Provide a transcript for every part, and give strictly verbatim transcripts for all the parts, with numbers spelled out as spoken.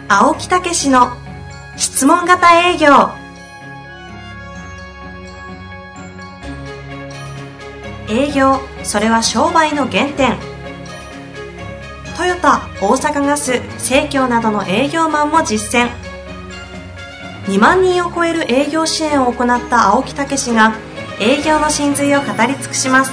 青木武氏の質問型営業。営業、それは商売の原点。トヨタ、大阪ガス、生協などの営業マンも実践。にまんにんを超える営業支援を行った青木武氏が営業の真髄を語り尽くします。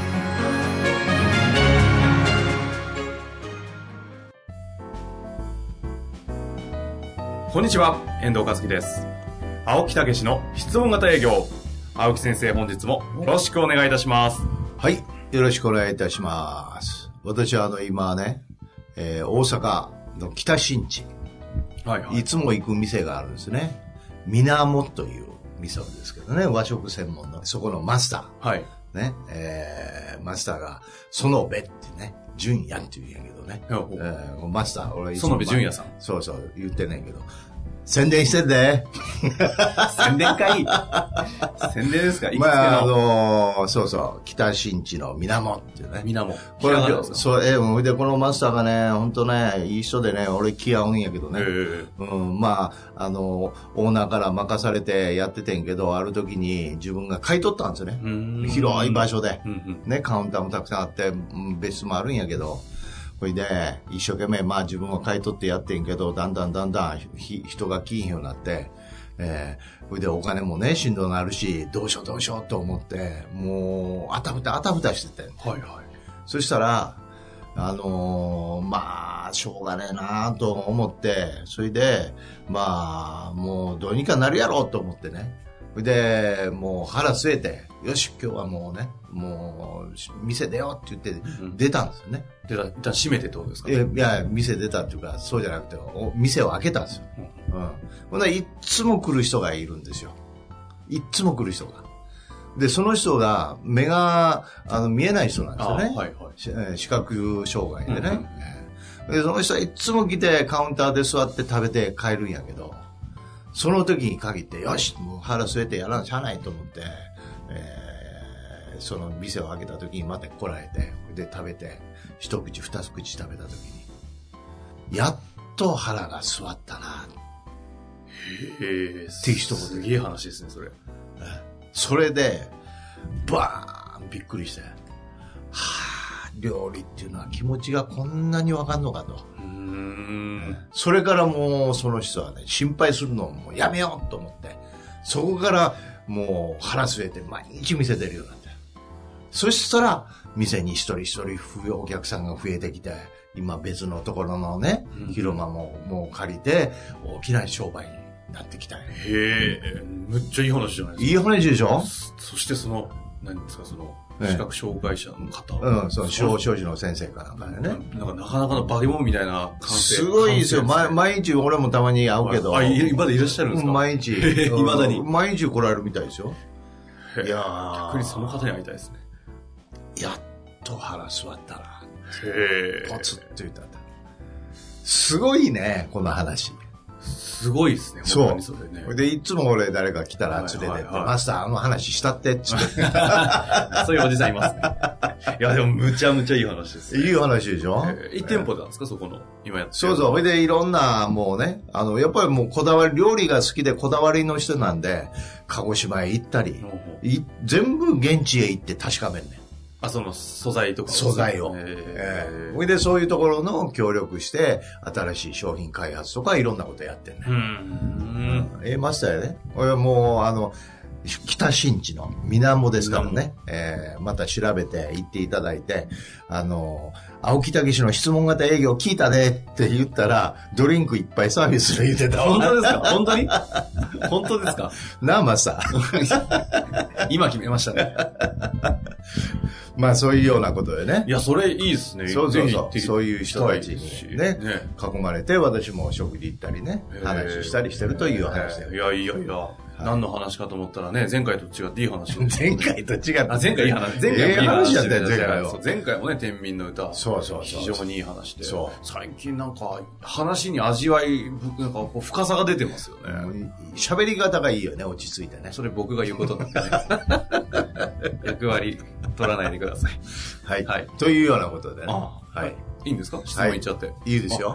こんにちは、遠藤和樹です。青木武の質問型営業。青木先生、本日もよろしくお願いいたします。 はい、よろしくお願いいたします。私はあの今ね、えー、大阪の北新地、はいはい、いつも行く店があるんですね。みなもという店ですけどね、和食専門のそこのマスター、はいねえー、マスターが園部ってね、純也って言うんやけどね、えー、マスター俺園部純也さん、 そうそう言ってんねんけど、宣伝してんで。 宣伝かい宣伝ですか。 まあ、あのー、そうそう、北新地のみなもっていうね。 みなも。 これ、そう、えー、で、このマスターがね、ほんとね、いい人でね、俺気合うんやけどね。うん、まあ、あの、オーナーから任されてやっててんけど、ある時に自分が買い取ったんですよね。広い場所で。ね、カウンターもたくさんあって、別室もあるんやけど、これで、一生懸命、まあ自分は買い取ってやってんけど、だんだんだんだん人が来んようになって、えー、これでお金もね、しんどくなるし、どうしようどうしようと思って、もう、あたふたあたふたしてて。はいはい。そしたら、あのー、まあ、しょうがねえなと思って、それで、まあ、もうどうにかなるやろうと思ってね。で、もう腹据えて、よし、今日はもうね、もう、店出ようって言って出たんですよね。 出た、一旦閉めてってことですか？ いや、いや店出たっていうか、そうじゃなくて、店を開けたんですよ。うん。うん、ほんで、いっつも来る人がいるんですよ。いっつも来る人が。で、その人が、目が、あの、見えない人なんですよね。はいはい。視覚障害でね。うん、で、その人はいっつも来て、カウンターで座って食べて帰るんやけど、その時に限って、よし、もう腹据えてやらなしゃあないと思って、えー、その店を開けた時にまた来られて、で食べて、一口二口食べた時に、やっと腹が座ったな。 へぇー。って一言。すげえ話ですね、それ。 それで、バーンびっくりして、はぁ、料理っていうのは気持ちがこんなにわかんのかと。うーん、それからもうその人はね、心配するのをもうやめようと思って、そこからもう腹据えて毎日店出るようになって。そしたら、店に一人一人お客さんが増えてきて、今別のところのね、うん、広間ももう借りて、大きな商売になってきた。へえ、むっちゃいい話じゃないですか。 いい話でしょ？ そしてその、何ですか、その、視覚障害者の方、 うん、その小児の先生かなんかでね。 なんかなかなかのバケモンみたいな感性。 すごいですよ。毎, 毎日俺もたまに会うけど。 あ、今でいらっしゃるんですか？ 毎日。 未だに。 毎日来られるみたいですよ。 いやー。逆にその方に会いたいですね。 やっと腹座ったら。 へー。 ポツッと言ったんだ。すごいね、この話。 すごいですね。 そう。 本当にそれね。 で、いつも俺誰か来たら連れてって、はいはいはい、マスターあの話したってって。そういうおじさんいますね。いや、でもむちゃむちゃいい話です、ね。 いい話でしょ？ えー、一店舗なんですか、そこの、今やってる。 そうそう。それでいろんな、もうね、あの、やっぱりもうこだわり、料理が好きでこだわりの人なんで、鹿児島へ行ったり、い全部現地へ行って確かめんねん。 あ、その素材とか素材を。えー、それでそういうところの協力して、新しい商品開発とかいろんなことやってんね。うん。うん、えー、マスターやね。俺はもう、あの、北新地のみなもですからね。えー、また調べて行っていただいて、あの、青木武の質問型営業聞いたねって言ったら、ドリンクいっぱいサービスする言ってたわ。 本当ですか？本当に？本当ですか？ なあ、マスター。 今決めましたね。 まあそういうようなことでね。 いや、それいいですね。 そうそうそう。そういう人たちにね、ね囲まれて、私も食事行ったりね、話したりしてるという話で。 いやいやいや。何の話かと思ったらね、前回と違っていい話。 前回と違って。 あ、前回いい話。前回いい話だったよ、前回は。 前回もね、天秤の歌。 そうそうそう。 非常にいい話で。そう。最近なんか、話に味わい、なんか深さが出てますよね。 喋り方がいいよね、落ち着いてね。 それ僕が言うことなんでね。役割取らないでください。 はい。はい。というようなことでね。 はい。いいんですか？質問いっちゃって。 いいですよ。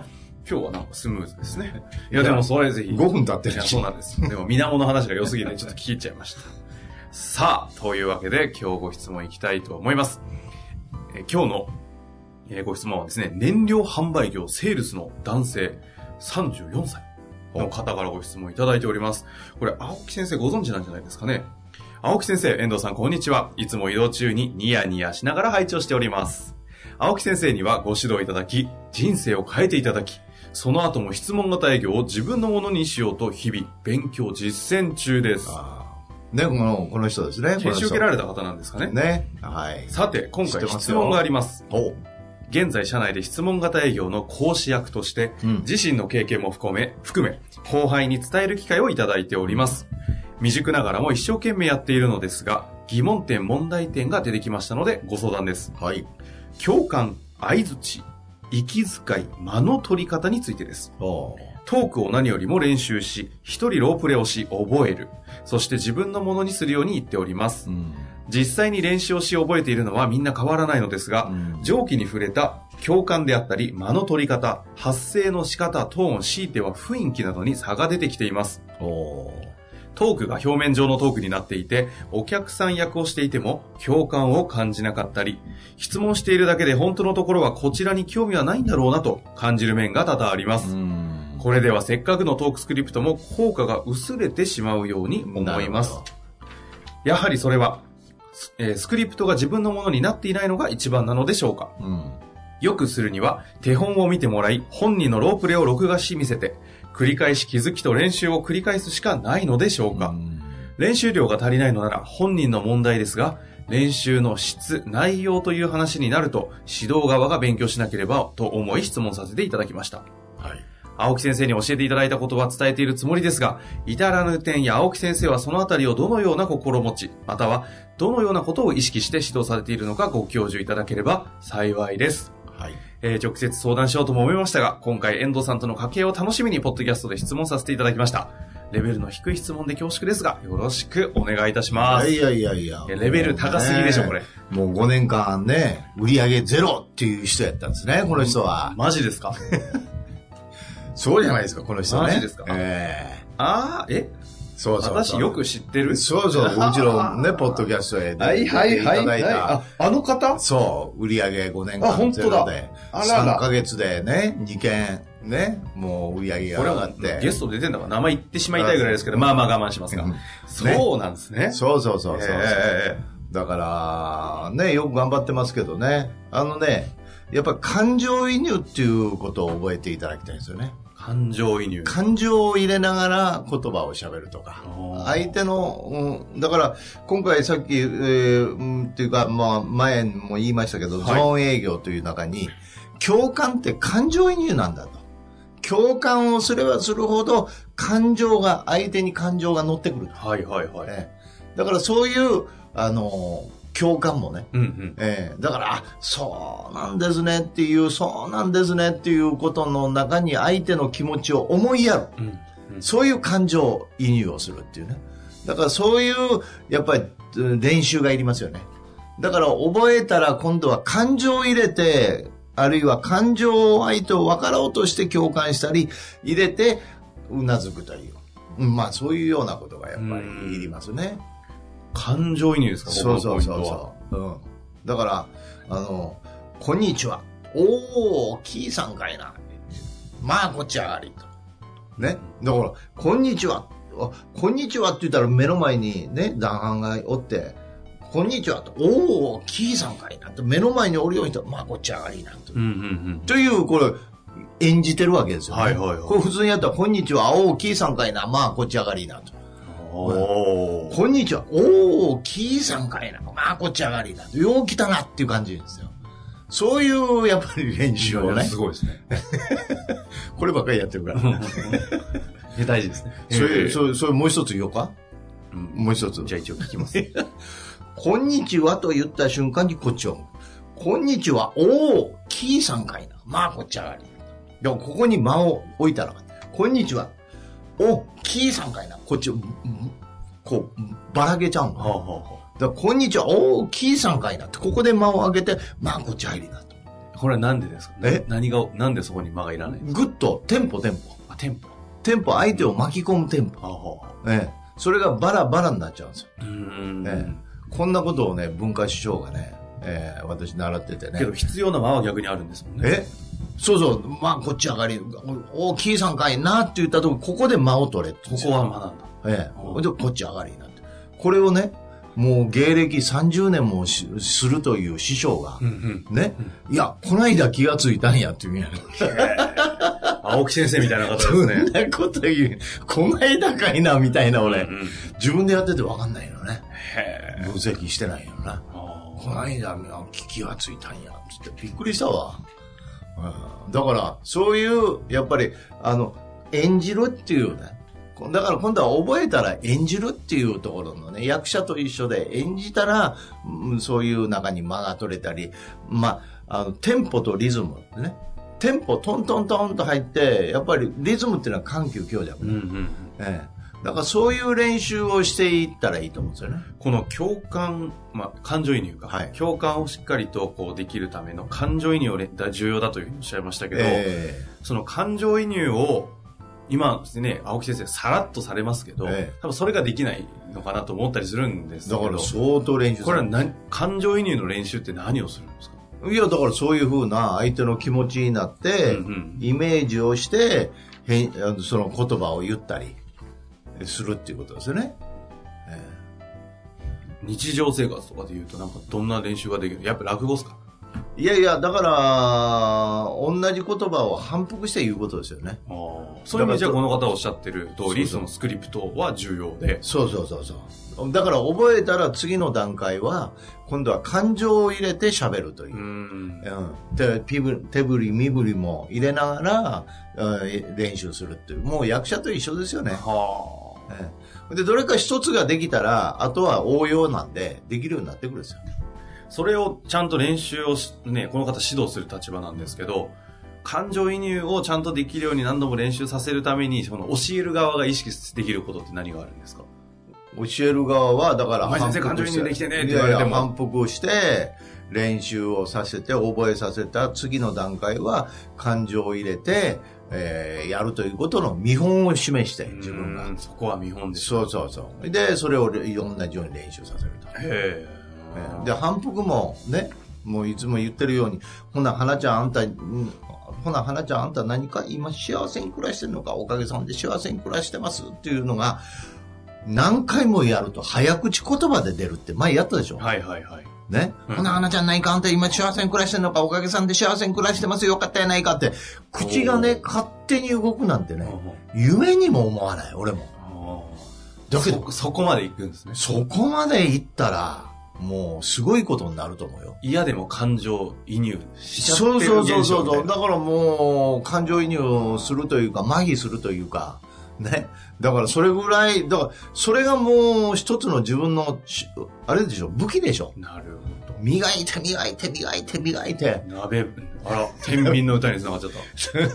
今日はなんかスムーズですね。いや、でもそれぜひ。 ごふん経ってるし。 いや、そうなんです。でも、水面の話が良すぎてちょっと聞き入っちゃいました。さあ、というわけで今日ご質問いきたいと思います。え今日の、えー、ご質問はですね、燃料販売業セールスの男性さんじゅうよんさいの方からご質問いただいております。これ、青木先生ご存知なんじゃないですかね。青木先生、遠藤さん、こんにちは。いつも移動中にニヤニヤしながら拝聴しております。青木先生にはご指導いただき、人生を変えていただき、その後も質問型営業を自分のものにしようと日々勉強実践中です。 あね、この、この人ですね。 研修受けられた方なんですかね。 ね。はい。 さて、今回質問があります。 お現在社内で質問型営業の講師役として、うん、自身の経験も含め、含め、後輩に伝える機会をいただいております。未熟ながらも一生懸命やっているのですが、疑問点、問題点が出てきましたのでご相談です。 はい。 共感、相槌、息遣い、間の取り方についてです。トークを何よりも練習し、一人ロープレをし、覚える。そして自分のものにするように言っております。うん、実際に練習をし覚えているのはみんな変わらないのですが、うん、上記に触れた共感であったり、間の取り方、発声の仕方、トーン、強いては雰囲気などに差が出てきています。おトークが表面上のトークになっていて、お客さん役をしていても共感を感じなかったり、質問しているだけで本当のところはこちらに興味はないんだろうなと感じる面が多々あります。うんこれではせっかくのトークスクリプトも効果が薄れてしまうように思います。やはりそれは、えー、スクリプトが自分のものになっていないのが一番なのでしょうか。うん、よくするには手本を見てもらい、本人のロープレを録画し見せて、繰り返し気づきと練習を繰り返すしかないのでしょうか。うん、練習量が足りないのなら本人の問題ですが、練習の質、内容という話になると指導側が勉強しなければと思い質問させていただきました。はい、青木先生に教えていただいたことは伝えているつもりですが、至らぬ点や青木先生はそのあたりをどのような心持ち、またはどのようなことを意識して指導されているのかご教授いただければ幸いです。はい、えー、直接相談しようとも思いましたが、今回遠藤さんとの掛け合いを楽しみにポッドキャストで質問させていただきました。レベルの低い質問で恐縮ですが、よろしくお願いいたします。 いやいやいやいや。 レベル高すぎでしょ、これ。 もうごねんかんね、売り上げゼロっていう人やったんですね、この人は。 マジですかそうじゃないですか、この人ね。 マジですか。 えー、 あー、えそうそうそう。私よく知ってるそうそう。うちのね、ポッドキャストへ出ていただいた。はいはいはい、はい。 あ、あの方そう。売り上げごねんかんゼロで。あ、本当だ。さんかげつでね、にけん、ね、もう売り上げが上がって。これはゲスト出てんだから名前言ってしまいたいぐらいですけど、まあまあ我慢しますが。そうなんですね。 そうそうそうそう。えー、だから、ね、よく頑張ってますけどね。あのね、やっぱ感情移入っていうことを覚えていただきたいんですよね。 感情移入。 感情を入れながら言葉を喋るとか。相手の、うん、だから今回さっき、えー、うん、っていうか、まあ前も言いましたけど、はい、ゾーン営業という中に、共感って感情移入なんだと。共感をすればするほど感情が、相手に感情が乗ってくる。 はいはいはい。 えー、だからそういう、あのー、共感もね、 うんうんえー、だからあそうなんですねっていうそうなんですねっていうことの中に相手の気持ちを思いやる、うんうん、そういう感情移入をするっていうね。だからそういうやっぱり練習がいりますよね。だから覚えたら今度は感情を入れて、あるいは感情を相手を分かろうとして共感したり入れてうなずくという、うん、まあそういうようなことがやっぱりいりますね。 感情移入ですか？ そうそうそうそう、うん、だからあのこんにちは、おーキーさんかいな、まあこっち上がりとね。だからこんにちは、こんにちはって言ったら目の前にね団飯がおって、こんにちはと、おーキーさんかいなと目の前におるようにと、まあこっち上がりなと、うんうんうん、というこれ演じてるわけですよね、はいはいはい、これ普通にやったらこんにちは、おーキーさんかいな、まあこっち上がりなと、おこんにちは、おーキーさんかいな、まあこっち上がりなと、よう来たなっていう感じですよ。そういうやっぱり練習をね、 すごいですねこればっかりやってるから大事ですね。 それ、それ、それもう一つ言おうか、うん、もう一つ。 じゃあ一応聞きますこんにちはと言った瞬間にこっちを、こんにちは、おーキーさんかいな、まあこっち上がり。でもここに間を置いたら、こんにちは、おキーさんかいな、こっちをこうばらけちゃうの、はあはあ、だからこんにちは、おキーさんかいなって、ここで間を上げて、まあこっち入りなと、 これはなんでですか？ え何が、なんでそこに間がいらないんですか？ ぐっと、テンポテンポ。 あ、テンポ。 テンポ、相手を巻き込むテンポ。 あええ、それがバラバラになっちゃうんですよ。 うーん、 ええ、こんなことをね、文化師匠がね、ええ、私習っててね。 けど必要な間は逆にあるんですもんね。 えそうそう、まあこっち上がり、お、キーさんかいなって言ったとこ、ここで間を取れって。 ここは間なんだ。 ええ、で、こっち上がりになって。これをね、もう芸歴さんじゅうねんもしするという師匠が、 うんうん、 ね、いや、こないだ気がついたんやっていうんや。 青木先生みたいな方ですね。 そんなこと言う。こないだかいな、みたいな俺、 うんうん、 自分でやってて分かんないのね。 へ分析してないよな。こないだ気がついたんや、つってびっくりしたわ。うん、だから、そういう、やっぱり、あの、演じるっていうね。だから今度は覚えたら演じるっていうところのね、役者と一緒で演じたら、うん、そういう中に間が取れたり、まあ、あの、テンポとリズムね。テンポトントントンと入って、やっぱりリズムっていうのは緩急強弱、ね、うんうん、ええ。だからそういう練習をしていったらいいと思うんですよね。 この共感、まあ、感情移入か、はい、共感をしっかりとこうできるための感情移入が重要だというふうにおっしゃいましたけど、えー、その感情移入を今ですね、青木先生さらっとされますけど、えー、多分それができないのかなと思ったりするんですけど、 だから相当練習する。 これは何、感情移入の練習って何をするんですか？ いや、だからそういう風な相手の気持ちになって、うんうん、イメージをして、へその言葉を言ったりするっていうことですよね。えー、日常生活とかで言うと、なんかどんな練習ができる？やっぱ落語ですか？ いやいや、だから、同じ言葉を反復して言うことですよね。 あ、そういう意味じゃこの方おっしゃってる通り、そのスクリプトは重要で。 そうそうそうそう。だから覚えたら次の段階は、今度は感情を入れて喋るという。うん、うん、で手振り身振りも入れながら、うん、練習するっていう。もう役者と一緒ですよね。はあ、で、どれか一つができたら、あとは応用なんで、できるようになってくるんですよ。 それをちゃんと練習をし、ね、この方指導する立場なんですけど、感情移入をちゃんとできるように何度も練習させるために、その教える側が意識できることって何があるんですか？ 教える側は、だから反復感情移入できてねって言われても。 反復して、練習をさせて、覚えさせた次の段階は、感情を入れて、えー、やるということの見本を示して、自分が。 そこは見本です。 そうそうそう。で、それを同じように練習させると。へー。で、反復もね、もういつも言ってるように、ほな、花ちゃんあんた、うん、ほな、花ちゃんあんた何か今幸せに暮らしてるのか、おかげさまで幸せに暮らしてますっていうのが、何回もやると早口言葉で出るって前やったでしょ？はいはいはい。ね。うん、ほな、花ちゃん何かあんた今幸せに暮らしてるのか、おかげさまで幸せに暮らしてますよかったやないかって、口がね、勝手に動くなんてね、夢にも思わない、俺も。 だけど、そこまで行くんですね。 そこまで行ったら、もうすごいことになると思うよ。 嫌でも感情移入しちゃってる現象。 そうそうそうそう。だからもう感情移入するというか麻痺するというかね。だからそれぐらいだからそれがもう一つの自分のあれでしょ、武器でしょ。 なるほど。 磨いて磨いて磨いて磨いて。 鍋あら天秤の歌に繋がっちゃった。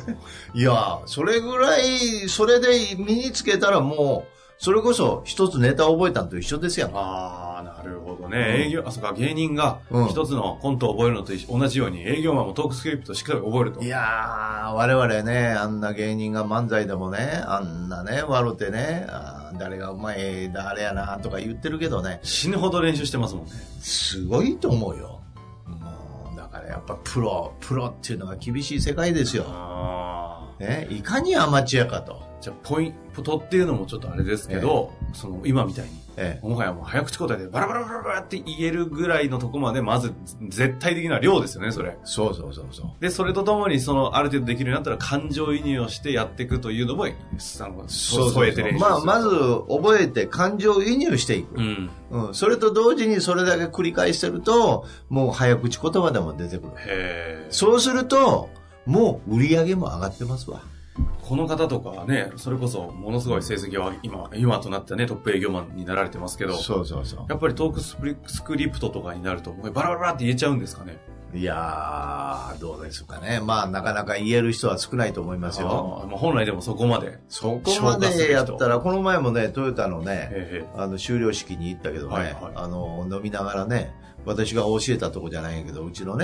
いやそれぐらいそれで身につけたらもう。それこそ一つネタを覚えたのと一緒ですよ。 ああ、なるほどね。うん、営業、あ、そうか、芸人が一つのコントを覚えるのと同じように、営業マンもトークスクリプトをしっかり覚えると。 いやー、我々ね、あんな芸人が漫才でもね、あんなね、笑ってね、あ誰がうまい、誰やなとか言ってるけどね。 死ぬほど練習してますもんね。 すごいと思うよ。もう、だからやっぱプロ、プロっていうのが厳しい世界ですよ。あね、いかにアマチュアかと。 じゃあポイントっていうのもちょっとあれですけど、ええ、その今みたいに、ええ、もはやもう早口答えでバラバラバラバラって言えるぐらいのとこまでまず絶対的な量ですよね、それ。 そうそうそうそう。 で、それとともにそのある程度できるようになったら感情移入をしてやっていくというのも、あの、 そうそうそう。まあ、まず覚えて感情移入していく。うん。うん。それと同時にそれだけ繰り返してると、もう早口言葉でも出てくる。へー。そうすると、もう売り上げも上がってますわ。 この方とかはね、それこそものすごい成績は今、今となってね、トップ営業マンになられてますけど、 そうそうそう。 やっぱりトークスプリスクリプトとかになると、バラバラバラって言えちゃうんですかね。 いやー、どうですかね。まあ、なかなか言える人は少ないと思いますよ。 あ、まあ、本来でもそこまで。 そこまでやったら、この前もね、トヨタのね、へへあの、修了式に行ったけどね、はいはい、あの、飲みながらね、私が教えたとこじゃないんやけど、うちのね、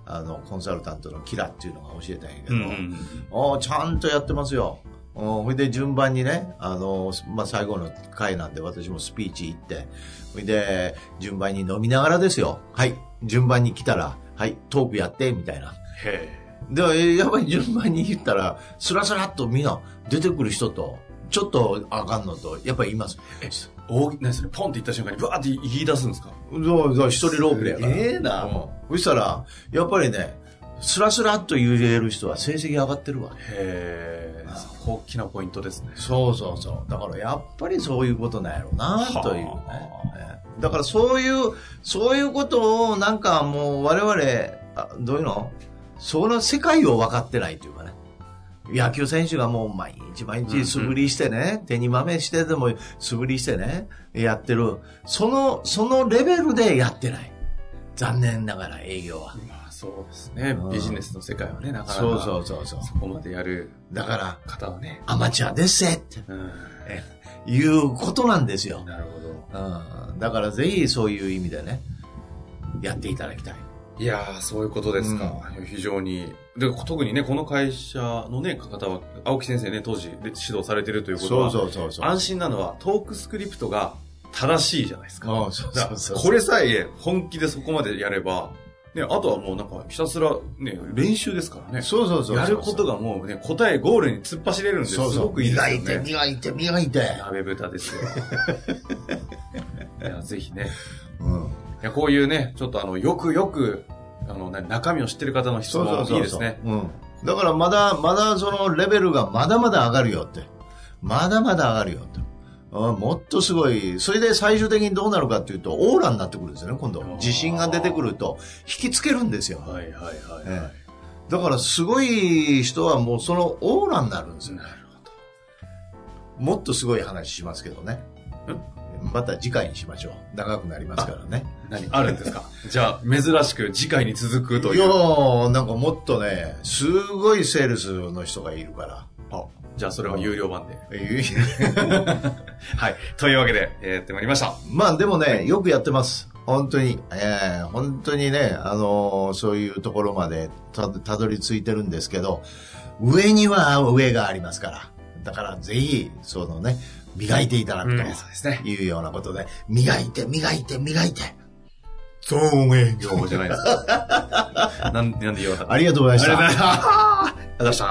あの、コンサルタントのキラっていうのが教えたんやけど、 うんうんうん、 おちゃんとやってますよ。ほいで順番にね、あの、まあ、最後の回なんで私もスピーチ行って、ほいで順番に飲みながらですよ。はい、順番に来たら、はい、トークやって、みたいな。 へで、やっぱり順番に言ったら、スラスラっとみんな出てくる人と、ちょっとあかんのと、やっぱりいます。 え、大何それ、ポンって言った瞬間に、ブワーって言い出すんですか？ そう、一人ロープレやから。 ええな。 うん。そしたら、やっぱりね、スラスラっと言える人は成績上がってるわ。 へえ。大きなポイントですね。 そうそうそう。だからやっぱりそういうことなんやろうな、というね。だからそういう、そういうことをなんかもう我々、あどういうの？その世界を分かってないというかね。野球選手がもう毎日毎日素振りしてね、うんうん、手に豆してでも素振りしてね、やってる。その、そのレベルでやってない。残念ながら営業は。 まあそうですね。うん、ビジネスの世界はね、なかなか。 そうそうそうそう。 そこまでやる。 だから、 方はね。 アマチュアですって、 うん、 え。いうことなんですよ。 なるほど。 うん、だからぜひそういう意味でね、やっていただきたい。 いやー、そういうことですか。うん、非常に。で、特にね、この会社のね、方は、青木先生ね、当時指導されてるということは、 そうそうそうそう。 安心なのは、トークスクリプトが正しいじゃないですか。 ああ、そうそうそう。 これさえ本気でそこまでやれば、ね、あとはもうなんか、ひたすらね、練習ですからね。 そうそうそう。 やることがもうね、答え、ゴールに突っ走れるんで、すごくいいですよね。 磨いて、磨いて、磨いて。 鍋豚ですよ。いや、ぜひね。 うん。 いや、こういうね、ちょっとあの、よくよく、あの、中身を知ってる方の質問もいいですね。 うん。だからまだ、まだそのレベルがまだまだ上がるよって。まだまだ上がるよって。うん、もっとすごい。それで最終的にどうなるかっていうと、オーラになってくるんですよね、今度。自信が出てくると、引きつけるんですよ。 はいはいはい、はいええ。だからすごい人はもうそのオーラになるんですよ。 なるほど。もっとすごい話しますけどね。また次回にしましょう。長くなりますからね。 何あるんですか？じゃあ、珍しく次回に続くという。 いやー、なんかもっとね、すごいセールスの人がいるから。 あ、じゃあそれは有料版で。 はい。というわけで、やってまいりました。 まあでもね、よくやってます。本当に。えー、本当にね、あのー、そういうところまでた、たどり着いてるんですけど、上には上がありますから。だからぜひ、そのね、磨いていただくというようなことで、磨いて、磨いて、磨いて。 造営業じゃないですか。なん、なんで言わなかった。 ありがとうございました。 ありがとうございました。ありがとうございました。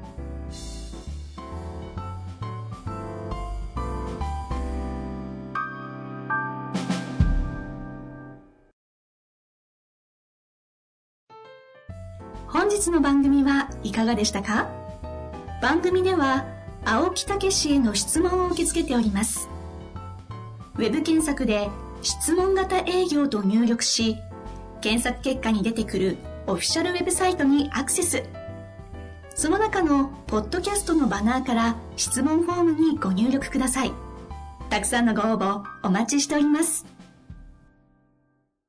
本日の番組はいかがでしたか？番組では青木武氏への質問を受け付けております。ウェブ検索で質問型営業と入力し、検索結果に出てくるオフィシャルウェブサイトにアクセス。その中のポッドキャストのバナーから質問フォームにご入力ください。たくさんのご応募お待ちしております。